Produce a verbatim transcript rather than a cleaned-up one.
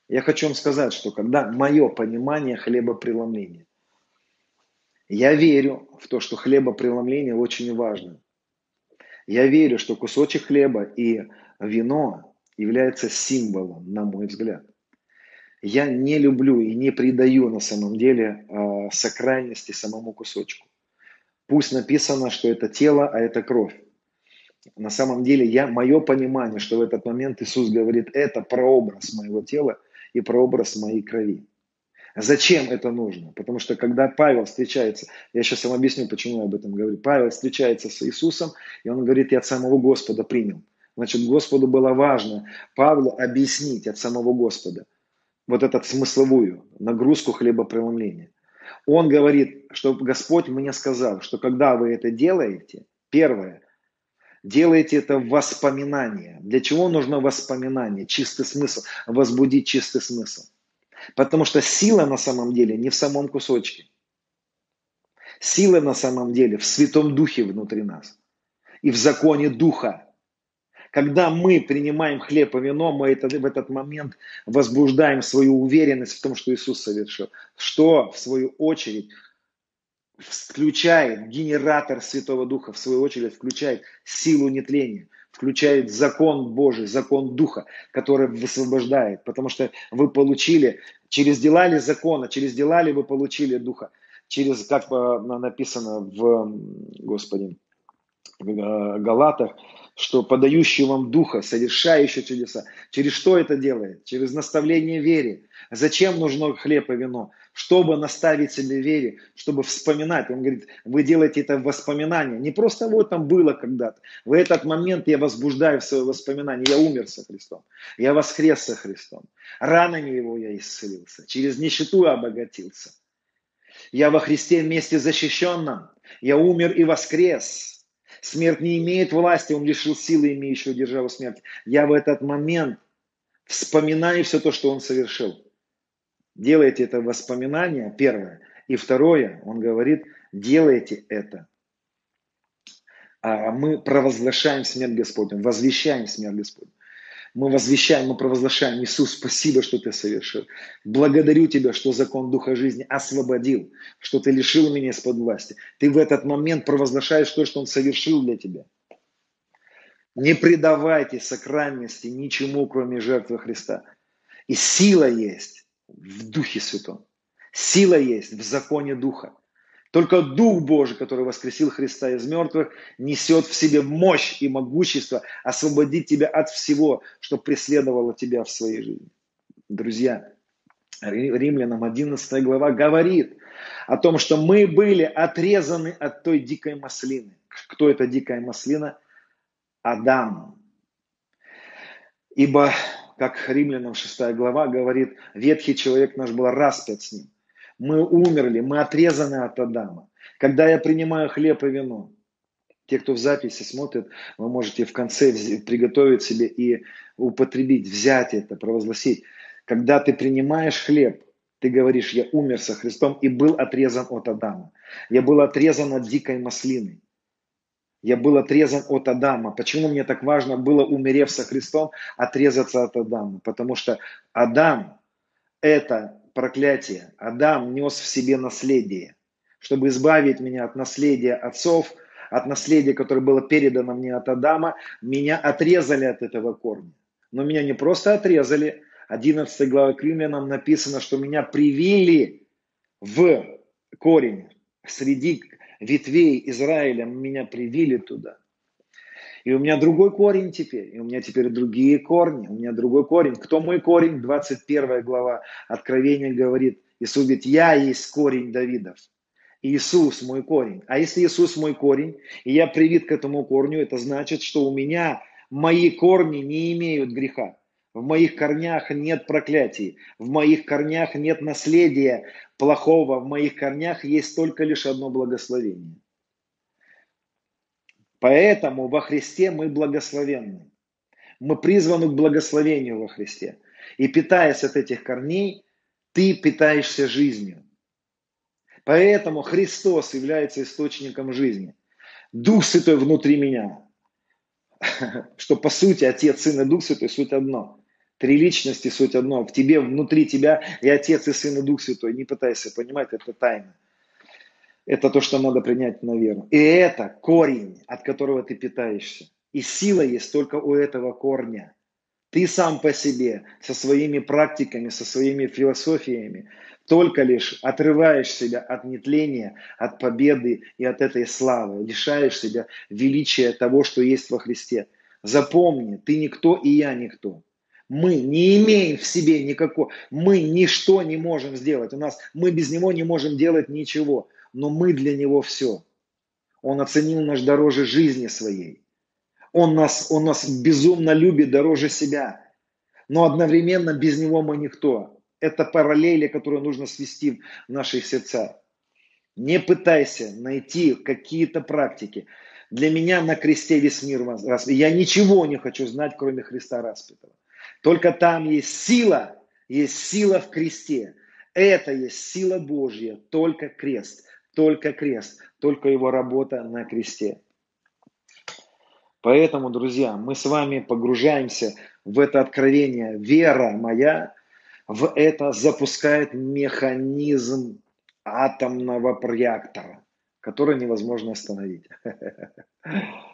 Я хочу вам сказать, что когда мое понимание хлебопреломления, я верю в то, что хлебопреломление очень важно. Я верю, что кусочек хлеба и вино являются символом, на мой взгляд. Я не люблю и не придаю на самом деле э, сакральности самому кусочку. Пусть написано, что это тело, а это кровь. На самом деле, я, мое понимание, что в этот момент Иисус говорит, это прообраз моего тела и прообраз моей крови. Зачем это нужно? Потому что когда Павел встречается, я сейчас вам объясню, почему я об этом говорю. Павел встречается с Иисусом, и он говорит, я от самого Господа принял. Значит, Господу было важно Павлу объяснить от самого Господа вот эту смысловую нагрузку хлебопреломления. Он говорит, что Господь мне сказал, что когда вы это делаете, первое, делайте это в воспоминание. Для чего нужно воспоминание? Чистый смысл. Возбудить чистый смысл. Потому что сила на самом деле не в самом кусочке. Сила на самом деле в Святом Духе внутри нас. И в законе Духа. Когда мы принимаем хлеб и вино, мы это, в этот момент возбуждаем свою уверенность в том, что Иисус совершил. Что, в свою очередь, включает генератор Святого Духа, в свою очередь, включает силу нетления, включает закон Божий, закон Духа, который высвобождает. Потому что вы получили, через дела ли закона, через дела ли вы получили Духа, через, как написано в, Господи, в Галатах, что подающий вам Духа, совершающий чудеса. Через что это делает? Через наставление вере. Зачем нужно хлеб и вино? Чтобы наставить себе вере, чтобы вспоминать. Он говорит, вы делаете это в воспоминании. Не просто вот там было когда-то. В этот момент я возбуждаю в свое воспоминание. Я умер со Христом. Я воскрес со Христом. Ранами Его я исцелился. Через нищету я обогатился. Я во Христе вместе защищенном. Я умер и воскрес. Смерть не имеет власти, он лишил силы, имеющего державу смерти. Я в этот момент вспоминаю все то, что он совершил. Делайте это воспоминание, первое. И второе, он говорит, делайте это. А мы провозглашаем смерть Господню, возвещаем смерть Господню. Мы возвещаем, мы провозглашаем, Иисус, спасибо, что ты совершил. Благодарю тебя, что закон Духа жизни освободил, что ты лишил меня из-под власти. Ты в этот момент провозглашаешь то, что Он совершил для тебя. Не предавайте сакральности ничему, кроме жертвы Христа. И сила есть в Духе Святом. Сила есть в законе Духа. Только Дух Божий, который воскресил Христа из мертвых, несет в себе мощь и могущество освободить тебя от всего, что преследовало тебя в своей жизни. Друзья, Римлянам одиннадцатая глава говорит о том, что мы были отрезаны от той дикой маслины. Кто эта дикая маслина? Адам. Ибо, как Римлянам шестая глава говорит, ветхий человек наш был распят с ним. Мы умерли, мы отрезаны от Адама. Когда я принимаю хлеб и вино, те, кто в записи смотрит, вы можете в конце приготовить себе и употребить, взять это, провозгласить. Когда ты принимаешь хлеб, ты говоришь, я умер со Христом и был отрезан от Адама. Я был отрезан от дикой маслины. Я был отрезан от Адама. Почему мне так важно было, умерев со Христом, отрезаться от Адама? Потому что Адам – это проклятие. Адам нес в себе наследие. Чтобы избавить меня от наследия отцов, от наследия, которое было передано мне от Адама, меня отрезали от этого корня. Но меня не просто отрезали. одиннадцатой главе к Римлянам написано, что меня привили в корень. Среди ветвей Израиля меня привили туда. И у меня другой корень теперь. И у меня теперь другие корни. У меня другой корень. Кто мой корень? двадцать первая глава Откровения говорит. Иисус говорит, я есть корень Давидов. Иисус мой корень. А если Иисус мой корень, и я привит к этому корню, это значит, что у меня мои корни не имеют греха. В моих корнях нет проклятий. В моих корнях нет наследия плохого. В моих корнях есть только лишь одно благословение. Поэтому во Христе мы благословенны. Мы призваны к благословению во Христе. И питаясь от этих корней, ты питаешься жизнью. Поэтому Христос является источником жизни. Дух Святой внутри меня. Что по сути Отец, Сын и Дух Святой суть одно. Три личности, суть одно. В тебе, внутри тебя и Отец, и Сын, и Дух Святой. Не пытайся понимать, это тайна. Это то, что надо принять на веру. И это корень, от которого ты питаешься. И сила есть только у этого корня. Ты сам по себе, со своими практиками, со своими философиями, только лишь отрываешь себя от нетления, от победы и от этой славы, лишаешь себя величия того, что есть во Христе. Запомни, ты никто и я никто. Мы не имеем в себе никакого, мы ничто не можем сделать. У нас, мы без Него не можем делать ничего, но мы для Него все. Он оценил нас дороже жизни своей. Он нас, он нас безумно любит дороже себя. Но одновременно без Него мы никто. Это параллели, которые нужно свести в наши сердца. Не пытайся найти какие-то практики. Для меня на кресте весь мир распят. Я ничего не хочу знать, кроме Христа распятого. Только там есть сила, есть сила в кресте. Это есть сила Божья, только крест, только крест, только Его работа на кресте. Поэтому, друзья, мы с вами погружаемся в это откровение. Вера моя в это запускает механизм атомного реактора, который невозможно остановить.